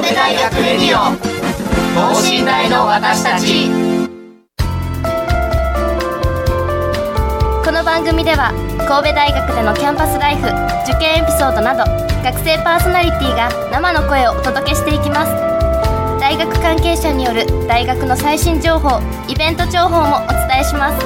神戸大学レディオ等身大の私たち。 この番組では神戸大学でのキャンパスライフ、受験エピソードなど学生パーソナリティが生の声をお届けしていきます。大学関係者による大学の最新情報、イベント情報もお伝えします。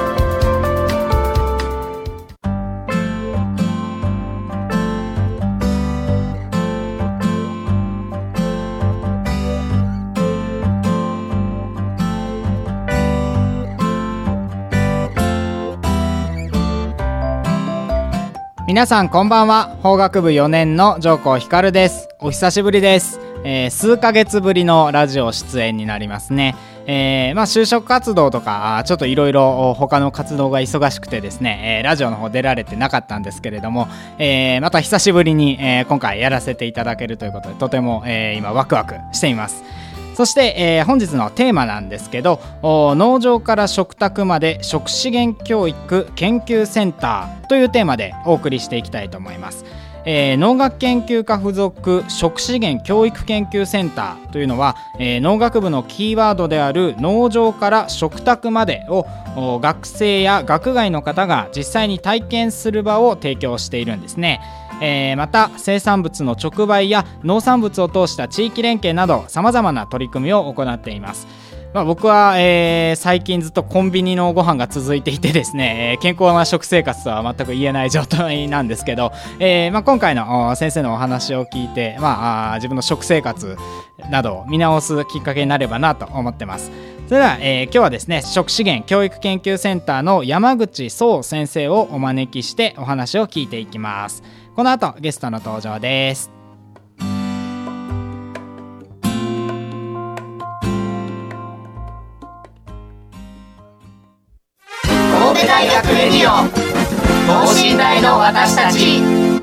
皆さんこんばんは。法学部4年の上甲光です。お久しぶりです。数ヶ月ぶりのラジオ出演になりますね。就職活動とかちょっといろいろ他の活動が忙しくてですね、ラジオの方出られてなかったんですけれども、また久しぶりに、今回やらせていただけるということでとても、今ワクワクしています。そして、本日のテーマなんですけど、農場から食卓まで食資源教育研究センターというテーマでお送りしていきたいと思います。農学研究科附属食資源教育研究センターというのは、農学部のキーワードである農場から食卓までを学生や学外の方が実際に体験する場を提供しているんですね。また生産物の直売や農産物を通した地域連携などさまざまな取り組みを行っています。僕は、最近ずっとコンビニのご飯が続いていてですね、健康な食生活とは全く言えない状態なんですけど、今回の先生のお話を聞いて、自分の食生活などを見直すきっかけになればなと思ってます。それでは、今日はですね、食資源教育研究センターの山口壮先生をお招きしてお話を聞いていきます。この後ゲストの登場です。 神戸大学レディオ等身大の私たち。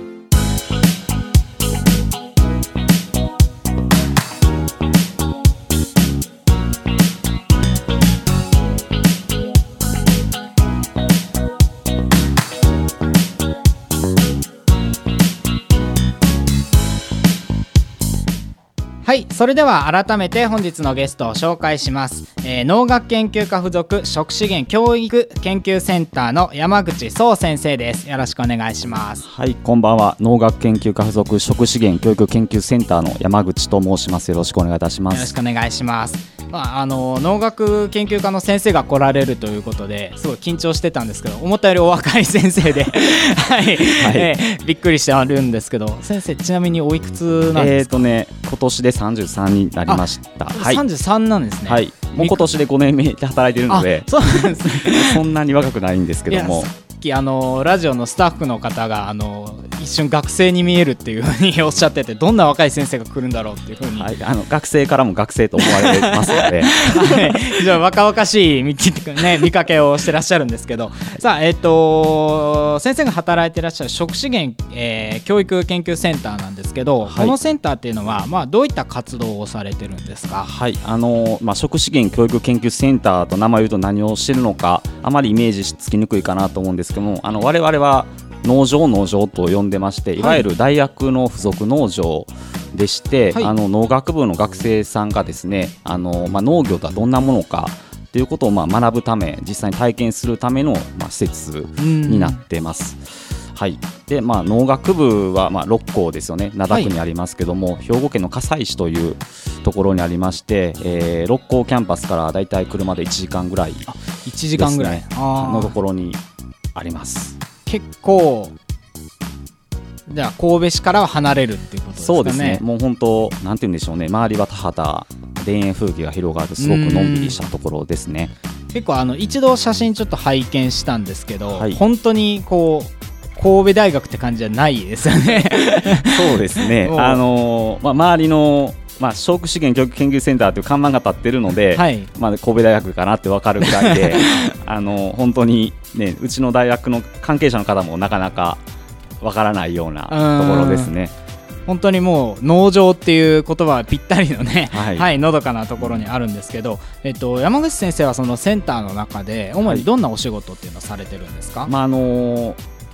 はい、それでは改めて本日のゲストを紹介します。農学研究科附属食資源教育研究センターの山口壮先生です。よろしくお願いします。 はい、こんばんは。農学研究科附属食資源教育研究センターの山口と申します。よろしくお願いいたします。 よろしくお願いします。農学研究科の先生が来られるということですごい緊張してたんですけど、思ったよりお若い先生ではいびっくりしてあるんですけど、先生ちなみにおいくつなんですか？ 今年で33になりました。はい、 33なんですね。 はい、もう今年で5年目で働いているので、 そうなんですねそんなに若くないんですけども、 さっきラジオのスタッフの方が一瞬学生に見えるっていうふうにおっしゃってて、どんな若い先生が来るんだろうっていうふうに、 はい、学生からも学生と思われますので非常に若々しい見かけをしてらっしゃるんですけど、さあ、先生が働いてらっしゃる食資源、教育研究センターなんですけど、このセンターっていうのは、どういった活動をされてるんですか？ はい、食資源教育研究センターと名前を言うと何をしてるのかあまりイメージつきにくいかなと思うんですけども、我々は農場と呼んでまして、いわゆる大学の付属農場でして、農学部の学生さんがですね、農業とはどんなものかということを学ぶため、実際に体験するための、施設になってます。はい、で農学部は6校ですよね。灘区にありますけども、兵庫県の加西市というところにありまして、6校キャンパスからだいたい車で1時間ぐらいですね、 1時間ぐらいのところにあります。 結構じゃあ神戸市からは離れるっていうことですかね。 そうですね。もう本当なんて言うんでしょうね、周りは田畑田園風景が広がるすごくのんびりしたところですね。 結構一度写真ちょっと拝見したんですけど、本当にこう神戸大学って感じじゃないですよねそうですね周りの食資源教育研究センターという看板が立ってるので、神戸大学かなって分かるぐらいで本当にね、うちの大学の関係者の方もなかなか分からないようなところですね。 本当にもう農場っていう言葉はぴったりのね、のどかなところにあるんですけど、山口先生はそのセンターの中で主にどんなお仕事っていうのをされてるんですか？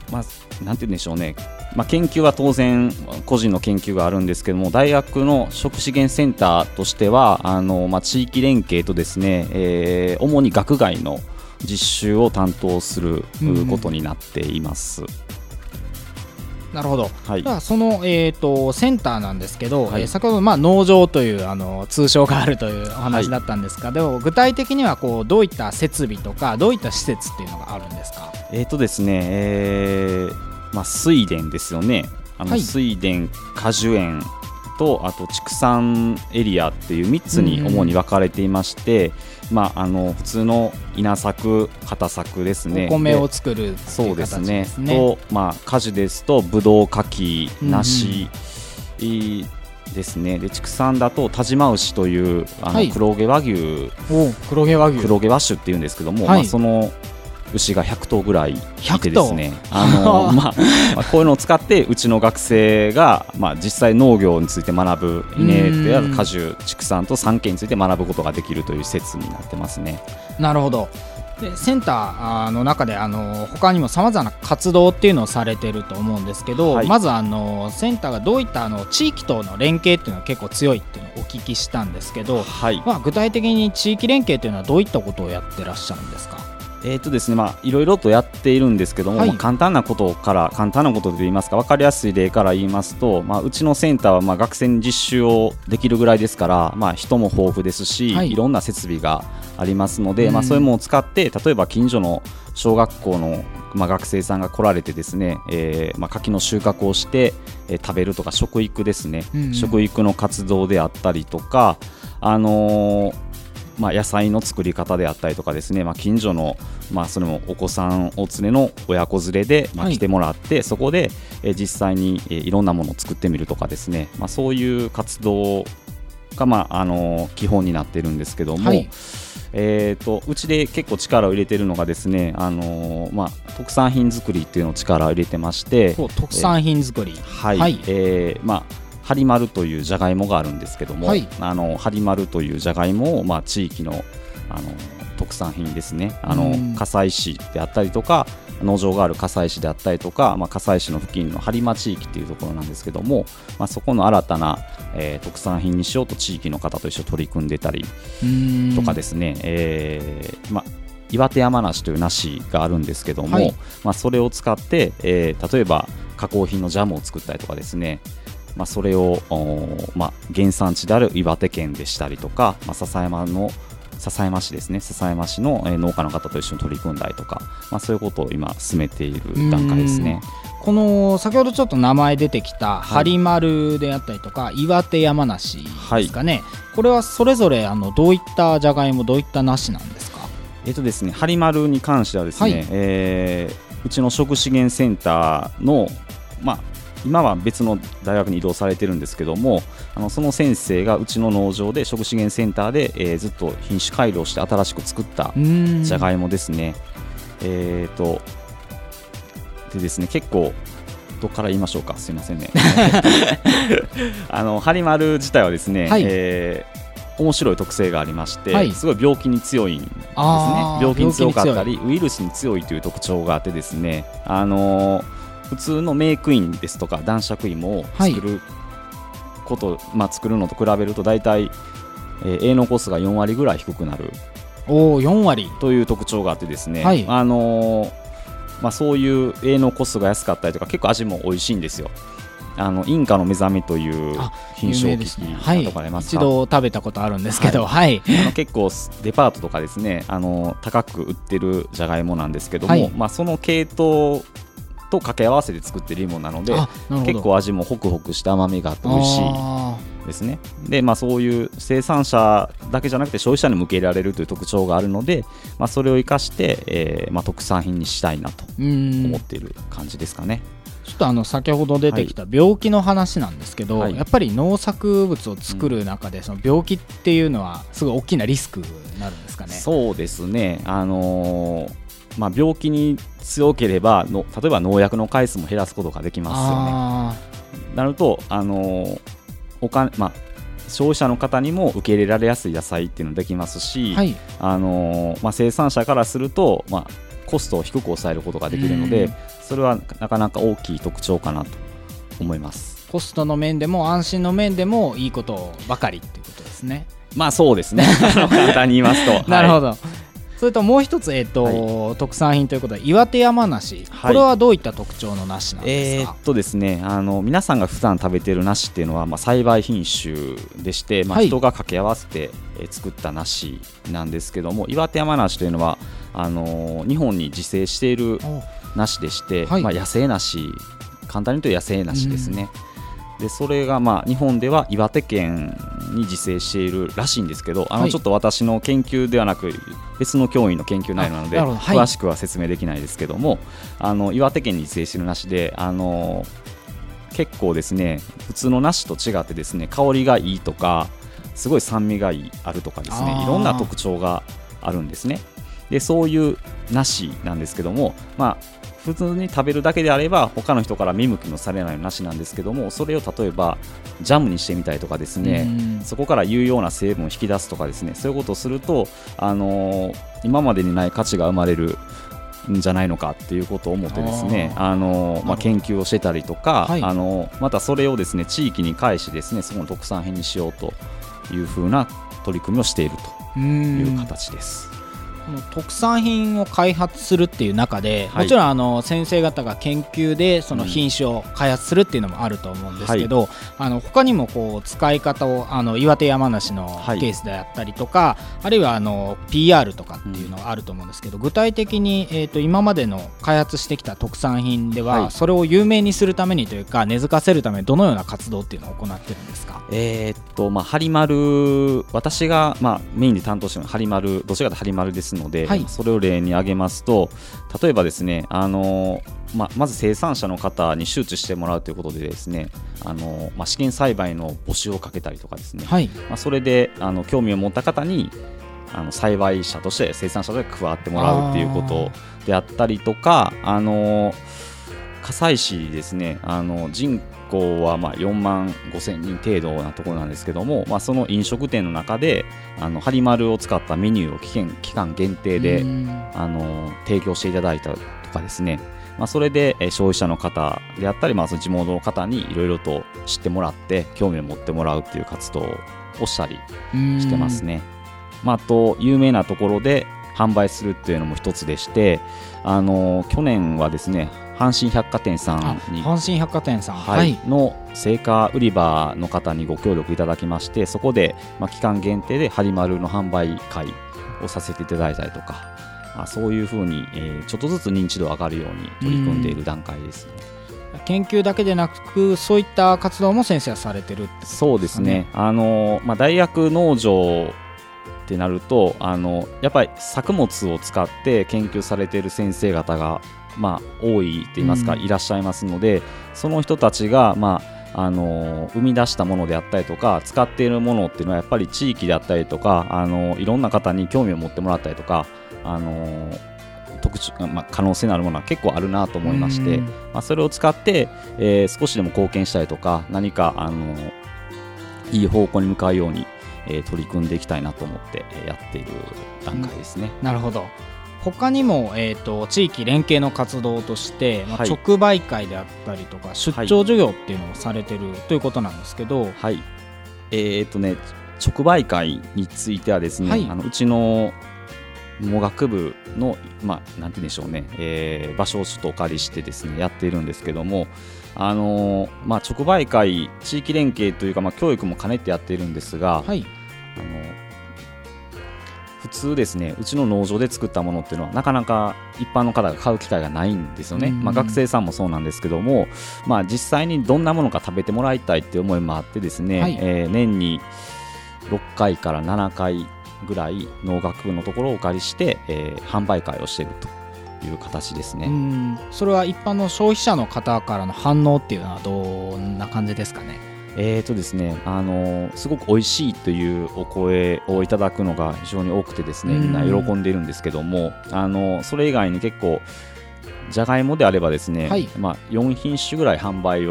なんて言うんでしょうね、研究は当然個人の研究があるんですけども、大学の食資源センターとしては地域連携とですね、主に学外の実習を担当することになっています。 なるほど、 はい、 ではその、センターなんですけど、 はい、 先ほど、農場という通称があるというお話だったんですが、でも具体的にはどういった設備とかどういった施設っていうのがあるんですか？ ですね、水田ですよね。 はい、 水田、果樹園とあと畜産エリアっていう3つに主に分かれていまして、普通の稲作、畑作ですね、 お米を作るっていう形ですね。 と、果樹ですとブドウ、柿、梨、ですね。で畜産だと但馬牛という黒毛和牛、 黒毛和種っていうんですけども、 はい、 その牛が100頭ぐらいいてですね、こういうのを使ってうちの学生が、実際農業について学ぶ、稲である果樹、畜産と産経について学ぶことができるという施設になってますね。 なるほど。でセンターの中で他にもさまざまな活動っていうのをされていると思うんですけど、はい、まずセンターがどういった地域との連携っていうのは結構強いっていうのをお聞きしたんですけど、はい、具体的に地域連携っていうのはどういったことをやってらっしゃるんですか？ ですね、いろいろとやっているんですけども、はい、簡単なことで言いますか、分かりやすい例から言いますと、うちのセンターは学生に実習をできるぐらいですから、人も豊富ですし、はい、いろんな設備がありますので、そういうものを使って例えば近所の小学校の学生さんが来られてですね、柿の収穫をして、食べるとか食育ですね、食育の活動であったりとか、野菜の作り方であったりとかですね、近所の、それもお子さんお連れの親子連れで、来てもらって、そこで、実際に、いろんなものを作ってみるとかですね、そういう活動が、基本になっているんですけども、はい、うちで結構力を入れているのがですね、特産品作りっていうのを力を入れてまして、 特産品作り、 ハリマルというじゃがいもがあるんですけども、はい、ハリマルというじゃがいもを、地域の、特産品ですね、加西市であったりとか、農場がある加西市であったりとか、加西市の付近の播磨地域というところなんですけども、そこの新たな、特産品にしようと地域の方と一緒に取り組んでたりとかですね、岩手山梨という梨があるんですけども、はい、それを使って、例えば加工品のジャムを作ったりとかですね、それを、原産地である岩手県でしたりとか、篠山市ですね、篠山市の農家の方と一緒に取り組んだりとか、そういうことを今進めている段階ですね。 この先ほどちょっと名前出てきたハリマルであったりとか、岩手山梨ですかね、はい、これはそれぞれどういったじゃがいも、どういった梨なんですか？ ですね、ハリマルに関してはですね、はい、うちの食資源センターの、今は別の大学に移動されてるんですけども、その先生がうちの農場で食資源センターで、ずっと品種改良して新しく作ったじゃがいもですね。でですね、結構どこから言いましょうか、すいませんねハリマル自体はですね、はい、面白い特性がありまして、はい、すごい病気に強いんですね。病気に強かったりウイルスに強いという特徴があってですね、普通のメークインですとか男爵芋を作ること、作るのと比べると大体、営農コストが4割ぐらい低くなる 4割という特徴があってですね、 はい、 そういう営農コストが安かったりとか結構味も美味しいんですよ。インカの目覚めという品種を聞いたことありますか？ 一度食べたことあるんですけど、はいはい、結構デパートとかですね、高く売ってるじゃがいもなんですけども、はい、その系統と掛け合わせて作っている芋なので、結構味もホクホクした甘みがあって美味しいですね。で、そういう生産者だけじゃなくて消費者にも受け入れられるという特徴があるので、それを生かして、特産品にしたいなと思っている感じですかね。 ちょっと先ほど出てきた病気の話なんですけど、はい、やっぱり農作物を作る中でその病気っていうのはすごい大きなリスクになるんですかね？ そうですね、病気に強ければ例えば農薬の回数も減らすことができますよね。なると消費者の方にも受け入れられやすい野菜っていうのができますし、はい、生産者からすると、 コストを低く抑えることができるので、それはなかなか大きい特徴かなと思います。 コストの面でも安心の面でもいいことばかりっていうことですね。 まあそうですね簡単に言いますとなるほど、 はい、 それともう一つ、特産品ということで岩手山梨、これはどういった特徴の梨なんですか？ ですね、皆さんが普段食べている梨っていうのは、栽培品種でして、人が掛け合わせて作った梨なんですけども、岩手山梨というのは日本に自生している梨でして、野生梨、簡単に言うと野生梨ですね。でそれが日本では岩手県に自生しているらしいんですけど、ちょっと私の研究ではなく別の教員の研究内容なので詳しくは説明できないですけども、岩手県に自生している梨で結構ですね、普通の梨と違ってですね、香りがいいとかすごい酸味があるとかですね、いろんな特徴があるんですね。でそういう梨なんですけども、普通に食べるだけであれば他の人から見向きもされない梨なんですけども、それを例えばジャムにしてみたりとかですね、そこから有用な成分を引き出すとかですね、そういうことをすると、今までにない価値が生まれるんじゃないのかっていうことを思ってですね、研究をしてたりとか、またそれをですね地域に返しですね、そこの特産品にしようというふうな取り組みをしているという形です。 特産品を開発するっていう中で、もちろん先生方が研究でその品種を開発するっていうのもあると思うんですけど、他にもこう使い方を岩手山梨のケースであったりとか、あるいはPR とかっていうのがあると思うんですけど、具体的に、今までの開発してきた特産品では、それを有名にするためにというか根付かせるためにどのような活動っていうのを行ってるんですか？ ハリマル、私がメインで担当しているハリマル、どちらかとハリマルですので、それを例に挙げますと、例えばですね、まず生産者の方に周知してもらうということでですね、試験栽培の募集をかけたりとかですね、それで興味を持った方に栽培者として生産者として加わってもらうということであったりとか、加西市ですね、人口は4万5千人程度なところなんですけども、その飲食店の中でハリマルを使ったメニューを期間限定で提供していただいたとかですね、それで消費者の方であったり、その地元の方にいろいろと知ってもらって興味を持ってもらうという活動をしたりしてますね。あと有名なところで販売するっていうのも一つでして、去年はですね、阪神百貨店さんにの青果売り場の方にご協力いただきまして、そこで期間限定でハリマルの販売会をさせていただいたりとか、そういうふうにちょっとずつ認知度上がるように取り組んでいる段階ですね。 研究だけでなくそういった活動も先生はされてるってことですかね？ そうですね、大学農場ってなるとやっぱり作物を使って研究されている先生方が多いと言いますか、いらっしゃいますので、その人たちが生み出したものであったりとか使っているものっていうのはやっぱり地域であったりとかいろんな方に興味を持ってもらったりとか可能性のあるものは結構あるなと思いまして、それを使って、少しでも貢献したりとか何かいい方向に向かうように、取り組んでいきたいなと思ってやっている段階ですね。 なるほど。他にも、地域連携の活動として、直売会であったりとか出張授業っていうのをされてるということなんですけど、 直売会についてはですね、うちの農学部の、なんて言うんでしょうね、場所をちょっとお借りしてですねやっているんですけども、直売会、地域連携というか、教育も兼ねてやっているんですが、普通ですね、うちの農場で作ったものっていうのはなかなか一般の方が買う機会がないんですよね。学生さんもそうなんですけども、実際にどんなものか食べてもらいたいっていう思いもあってですね、年に6回から7回ぐらい農学部のところをお借りして、販売会をしているという形ですね。 それは一般の消費者の方からの反応っていうのはどんな感じですかね？ ですね、すごく美味しいというお声をいただくのが非常に多くてですね、みんな喜んでいるんですけども、それ以外に結構じゃがいもであればですね、4品種ぐらい販売を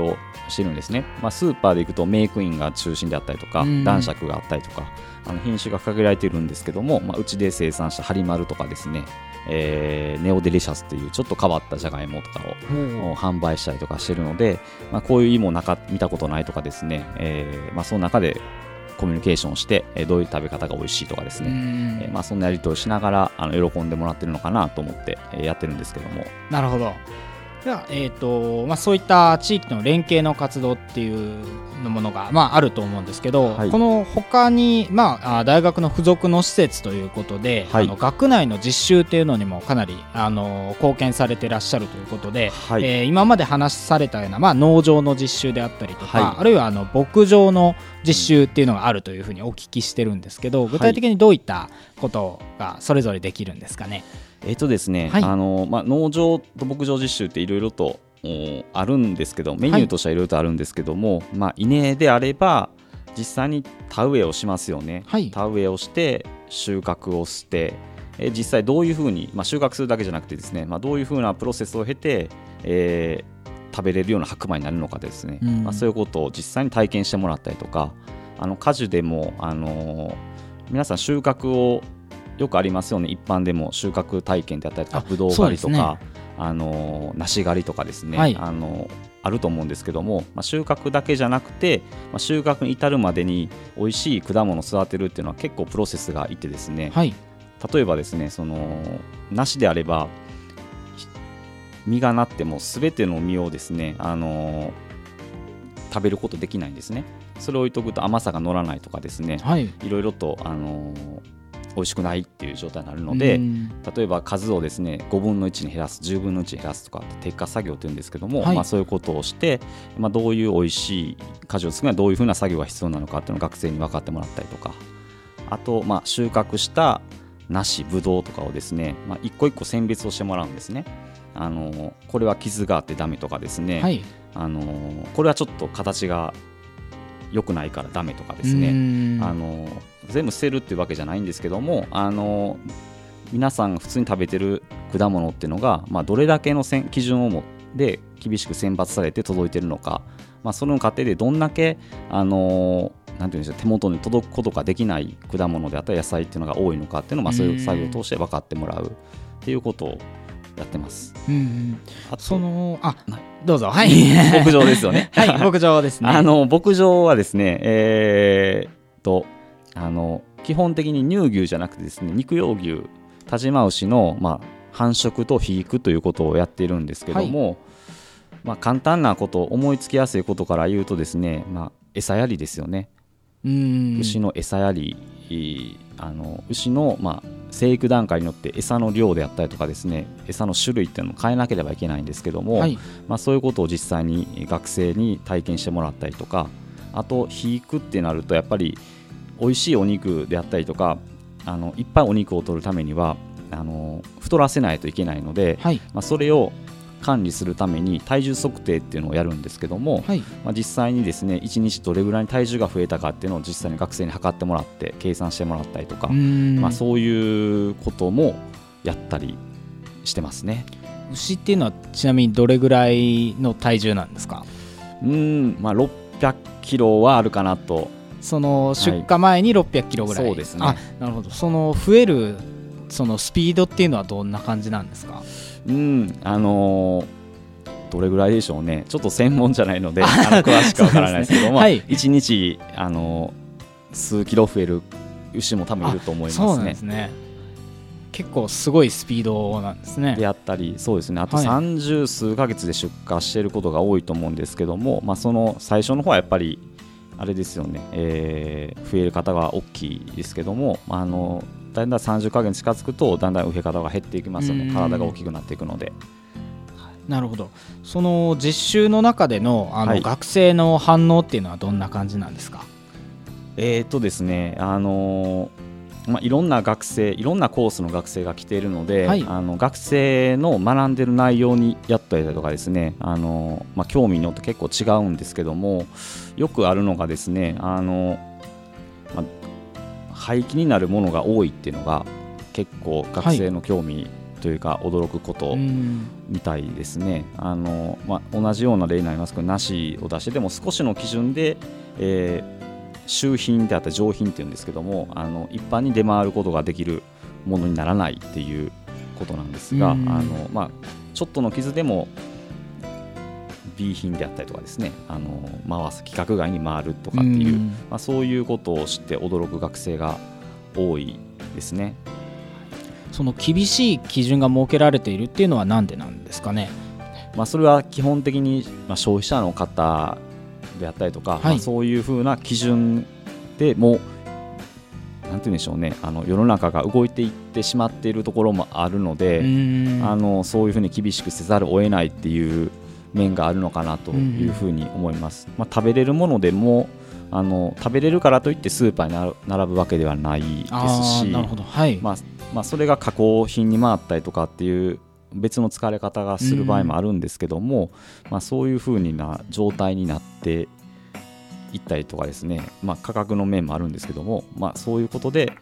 してるんですね。スーパーで行くとメイクインが中心であったりとか、男爵があったりとか品種が限られているんですけども、うちで生産したハリマルとかですね、ネオデリシャスっていうちょっと変わったじゃがいもとかを販売したりとかしてるので、こういう芋見たことないとかですね、その中でコミュニケーションをして、どういう食べ方が美味しいとかですね、そんなやり取りをしながら喜んでもらってるのかなと思って、やってるんですけども。 なるほど。では、そういった地域の連携の活動っていうものが、あると思うんですけど、この他に、大学の付属の施設ということで、学内の実習っていうのにもかなり貢献されていらっしゃるということで、今まで話されたような、農場の実習であったりとか、あるいは牧場の実習っていうのがあるというふうにお聞きしてるんですけど、具体的にどういったことがそれぞれできるんですかね。 ですね、農場と牧場実習っていろいろとあるんですけど、メニューとしてはいろいろとあるんですけども、稲であれば実際に田植えをしますよね。田植えをして収穫をして、実際どういうふうに、収穫するだけじゃなくてですね、どういうふうなプロセスを経て、食べれるような白米になるのかですね、そういうことを実際に体験してもらったりとか、果樹でも皆さん収穫をよくありますよね。一般でも収穫体験であったりとか、ぶどう狩りとか、梨狩りとかですね、あると思うんですけども、収穫だけじゃなくて、収穫に至るまでに美味しい果物を育てるっていうのは結構プロセスがいてですね、例えばですね、梨であれば実がなっても全ての実をですね、食べることできないんですね。それを置いとくと甘さが乗らないとかですね、いろいろと美味しくないっていう状態になるので、例えば数をですね5分の1に減らす、10分の1に減らすとかって摘果作業というんですけども、そういうことをして、どういう美味しい果樹を作るにはどういうふうな作業が必要なのかっていうのを学生に分かってもらったりとか、あと、収穫した梨、ぶどうとかをですね、一個一個選別をしてもらうんですね。これは傷があってダメとかですね、これはちょっと形が良くないからダメとかですね、全部捨てるっていうわけじゃないんですけども、皆さん普通に食べてる果物っていうのが、どれだけの基準をで厳しく選抜されて届いてるのか、その過程でどんだけなんていうんでしょう、手元に届くことができない果物であったり野菜っていうのが多いのかっていうのを、そういう作業を通して分かってもらうっていうことをやってます。 どうぞ。 牧場ですよね。 牧場ですね。 牧場はですね、基本的に乳牛じゃなくてですね、肉用牛、但馬牛の、繁殖と肥育ということをやっているんですけども、簡単なこと、思いつきやすいことから言うとですね、餌やりですよね。牛の餌やり、牛の、生育段階によって餌の量であったりとかですね、餌の種類っていうのを変えなければいけないんですけども、そういうことを実際に学生に体験してもらったりとか、あと肥育ってなるとやっぱり美味しいお肉であったりとか、いっぱいお肉を取るためには太らせないといけないので、それを管理するために体重測定っていうのをやるんですけども、実際にですね1日どれぐらいに体重が増えたかっていうのを実際に学生に測ってもらって計算してもらったりとか、そういうこともやったりしてますね。 牛っていうのはちなみにどれぐらいの体重なんですか ？600キロはあるかなと。 その出荷前に600キロぐらい、 そうですね。 なるほど。その増えるそのスピードっていうのはどんな感じなんですか？ どれぐらいでしょうね。ちょっと専門じゃないので詳しくはわからないですけども、1日数キロ増える牛も多分いると思いますね。 そうなんですね。結構すごいスピードなんですね。 であったり、そうですね、あと30数ヶ月で出荷していることが多いと思うんですけども、その最初の方はやっぱりあれですよね、増える方が大きいですけども、だんだん30ヶ月に近づくとだんだん増え方が減っていきますよね。体が大きくなっていくので。 なるほど。その実習の中での、学生の反応っていうのはどんな感じなんですか？ ですね、いろんな学生、いろんなコースの学生が来ているので、学生の学んでる内容にやったりとかですね、興味によって結構違うんですけども、よくあるのがですね、廃棄になるものが多いっていうのが結構学生の興味というか驚くことみたいですね。同じような例になりますけど、梨を出してでも少しの基準で、周品であったり上品っていうんですけども、一般に出回ることができるものにならないっていうことなんですが、ちょっとの傷でも B 品であったりとかですね、規格外に回るとかっていう、そういうことを知って驚く学生が多いですね。 その厳しい基準が設けられているっていうのは何でなんですかね。 それは基本的に、消費者の方であったりとか、そういうふうな基準でもうなんて言うんでしょうね、世の中が動いていってしまっているところもあるので、そういうふうに厳しくせざるを得ないっていう面があるのかなというふうに思います。食べれるものでも食べれるからといってスーパーに並ぶわけではないですし、 なるほど、 それが加工品に回ったりとかっていう別の使われ方がする場合もあるんですけども、そういうふうな状態になっていったりとかですね、価格の面もあるんですけども、そういうことで、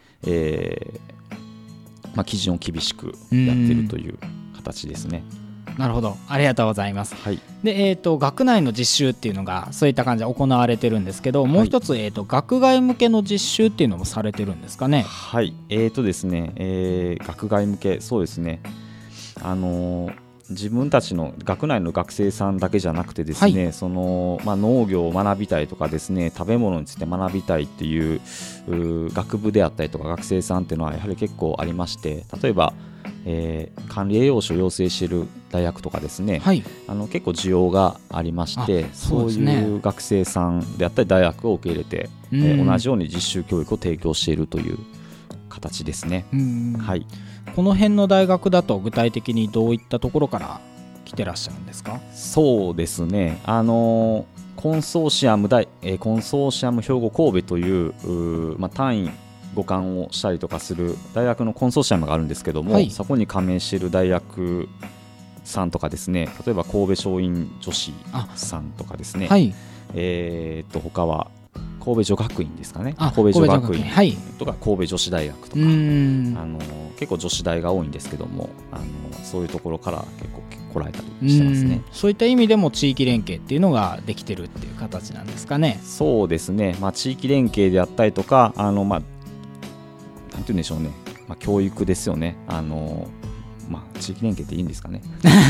基準を厳しくやっているという形ですね。 なるほど、ありがとうございます。で、学内の実習っていうのがそういった感じで行われてるんですけど、もう一つ、学外向けの実習っていうのもされてるんですかね。 ですね、学外向け、そうですね、自分たちの学内の学生さんだけじゃなくてですね、農業を学びたいとかですね、食べ物について学びたいっていう学部であったりとか学生さんっていうのはやはり結構ありまして、例えば管理栄養士を養成している大学とかですね、結構需要がありまして、そういう学生さんであったり大学を受け入れて、同じように実習教育を提供しているという形ですね。 この辺の大学だと具体的にどういったところから来てらっしゃるんですか。 そうですね、コンソーシアム兵庫神戸という単位互換をしたりとかする大学のコンソーシアムがあるんですけども、そこに加盟している大学さんとかですね、例えば神戸松陰女子さんとかですね、他は神戸女学院ですかね、神戸女学院とか神戸女子大学とか、結構女子大が多いんですけども、そういうところから結構来られたりしてますね。 そういった意味でも地域連携っていうのができてるっていう形なんですかね。 そうですね、地域連携であったりとか、なんて言うんでしょうね、教育ですよね。地域連携っていいんですかね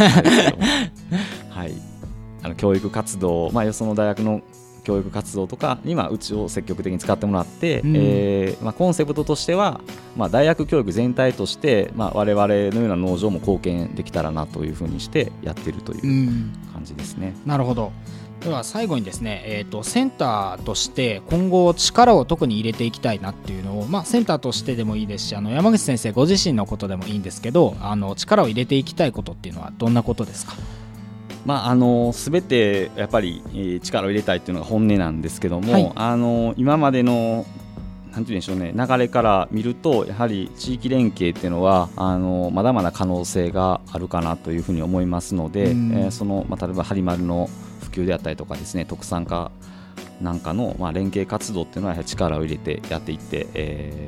教育活動、よその大学の教育活動とかにうちを積極的に使ってもらって、コンセプトとしては、大学教育全体として、我々のような農場も貢献できたらなというふうにしてやっているという感じですね。 なるほど。では最後にですね、センターとして今後力を特に入れていきたいなっていうのを、センターとしてでもいいですし、山口先生ご自身のことでもいいんですけど、力を入れていきたいことっていうのはどんなことですか。 全てやっぱり力を入れたいっていうのが本音なんですけども、今までのなんて言うんでしょうね、流れから見るとやはり地域連携っていうのはまだまだ可能性があるかなというふうに思いますので、例えばハリマルの普及であったりとかですね、特産化なんかの連携活動っていうのはやはり力を入れてやっていって、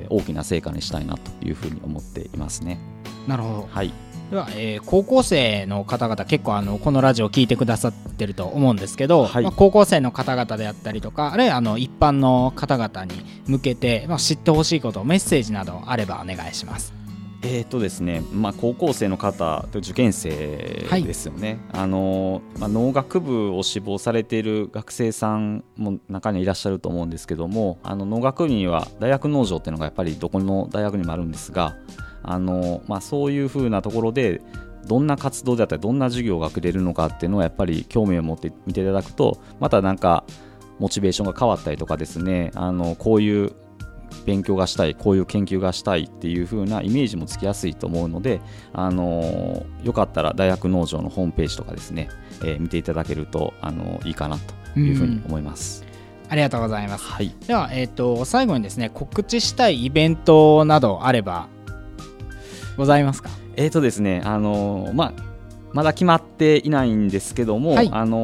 大きな成果にしたいなというふうに思っていますね。 なるほど。では、高校生の方々結構このラジオを聞いてくださってると思うんですけど、高校生の方々であったりとか、あるいは一般の方々に向けて、知ってほしいこと、メッセージなどあればお願いします。 ですね、高校生の方と受験生ですよね。農学部を志望されている学生さんも中にいらっしゃると思うんですけども、農学部には大学農場っていうのがやっぱりどこの大学にもあるんですが、そういうふうなところでどんな活動であったりどんな授業がくれるのかっていうのはやっぱり興味を持って見ていただくと、またなんかモチベーションが変わったりとかですね、こういう勉強がしたい、こういう研究がしたいっていう風なイメージもつきやすいと思うので、よかったら大学農場のホームページとかですね、見ていただけるといいかなというふうに思います。 ありがとうございます。では、最後にですね、告知したいイベントなどあればございますか。 ですね、まだ決まっていないんですけども、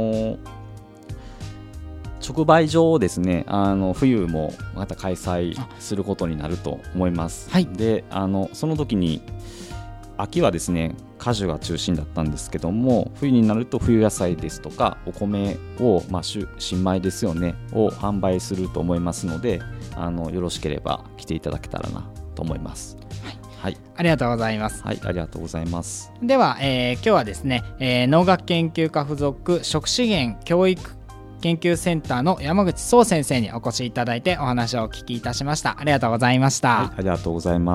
直売所をですね、冬もまた開催することになると思います。でその時に秋はですね果樹が中心だったんですけども、冬になると冬野菜ですとかお米を、新米ですよねを販売すると思いますので、よろしければ来ていただけたらなと思います。はい、 ありがとうございます。 はい、ありがとうございます。 では、今日はですね、農学研究科附属食資源教育研究センターの山口壮先生にお越しいただいてお話をお聞きいたしました。ありがとうございました。 はい、ありがとうございます。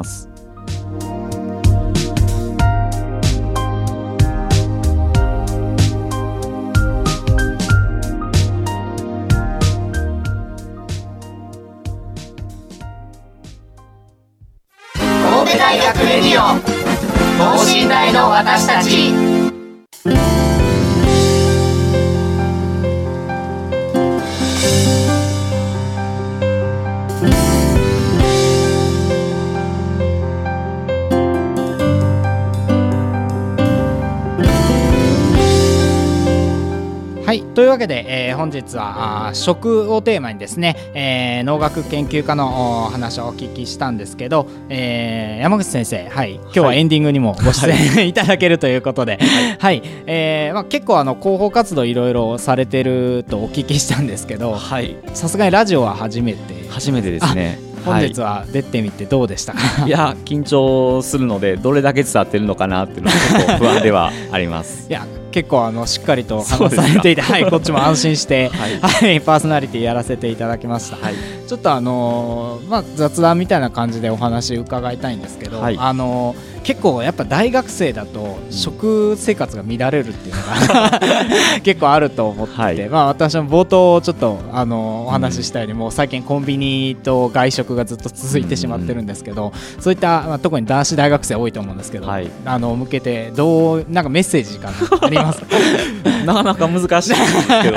神戸大学レディオ等身大の私たち。 はい、というわけで、本日は食をテーマにですね、農学研究科の話をお聞きしたんですけど、山口先生、はい、今日はエンディングにもご出演、いただけるということで、はいはい、結構広報活動いろいろされてるとお聞きしたんですけど、さすがにラジオは初めてですね。 本日は出てみてどうでしたか？ いや緊張するのでどれだけ伝わってるのかなっていうのはちょっと不安ではあります。 いや結構しっかりと話されていて、はい、こっちも安心して、はいパーソナリティやらせていただきました。ちょっと雑談みたいな感じでお話伺いたいんですけど、結構やっぱ大学生だと食生活が乱れるっていうのが結構あると思ってて、私も冒頭ちょっとお話ししたように、もう最近コンビニと外食がずっと続いてしまってるんですけど、そういった、特に男子大学生多いと思うんですけど、向けてなんかメッセージがありますか？ なかなか難しいんですけ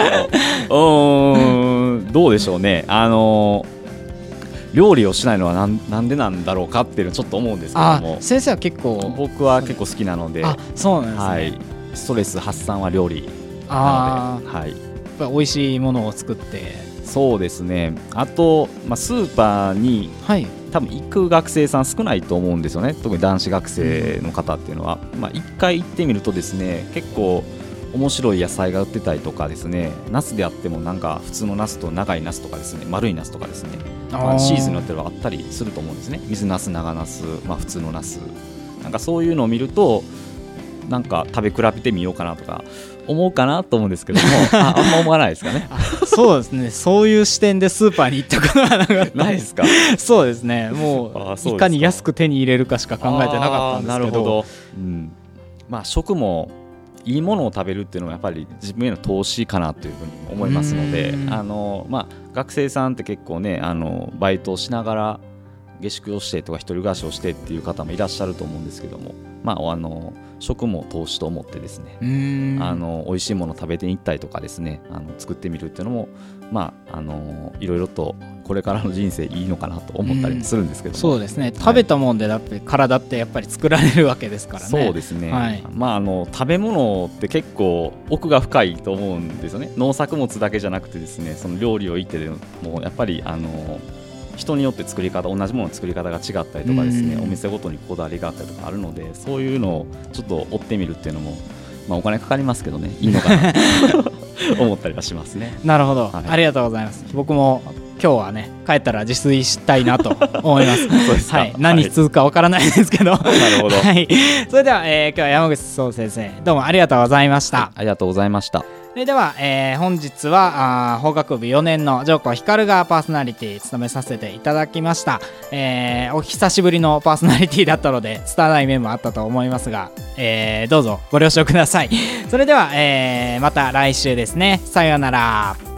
どどうでしょうね。料理をしないのはなんでなんだろうかっていうのちょっと思うんですけども、 先生は結構僕は結構好きなので、 そうなんですね。 ストレス発散は料理なので、やっぱり美味しいものを作って。 そうですね。あと、スーパーに、多分行く学生さん少ないと思うんですよね。特に男子学生の方っていうのは、一回行ってみるとですね、結構面白い野菜が売ってたりとかですね、ナスであってもなんか普通のナスと長いナスとかですね、丸いナスとかですね、シーズンによってはあったりすると思うんですね。水ナス、長ナス、普通のナス、なんかそういうのを見るとなんか食べ比べてみようかなとか思うかなと思うんですけどもあんま思わないですかね。 そうですね、そういう視点でスーパーに行ったことはなかったないですか？ そうですね、もういかに安く手に入れるかしか考えてなかったんですけど。 なるほど、食もいいものを食べるっていうのはやっぱり自分への投資かなというふうに思いますので、学生さんって結構ねバイトをしながら下宿をしてとか一人暮らしをしてっていう方もいらっしゃると思うんですけども、食も投資と思ってですね、美味しいものを食べていったりとかですね、作ってみるっていうのもいろいろとこれからの人生いいのかなと思ったりするんですけども、 そうですね、食べたもんでだって体ってやっぱり作られるわけですからね。 そうですね、食べ物って結構奥が深いと思うんですよね。農作物だけじゃなくてですね、その料理をいってでもやっぱり人によって作り方、同じものの作り方が違ったりとかですね、お店ごとにこだわりがあったりとかあるので、そういうのをちょっと追ってみるっていうのも、お金かかりますけどね、いいのかなと思ったりはしますね。 なるほど、ありがとうございます。僕も今日はね帰ったら自炊したいなと思います。 そうですか、 何続くかわからないですけどなるほど、 それでは、今日は山口壮先生どうもありがとうございました。 ありがとうございました。 それでは、本日は法学部4年の上甲光がパーソナリティ務めさせていただきました。お久しぶりのパーソナリティだったので拙い面もあったと思いますが、どうぞご了承ください。それでは、また来週ですね。さようなら。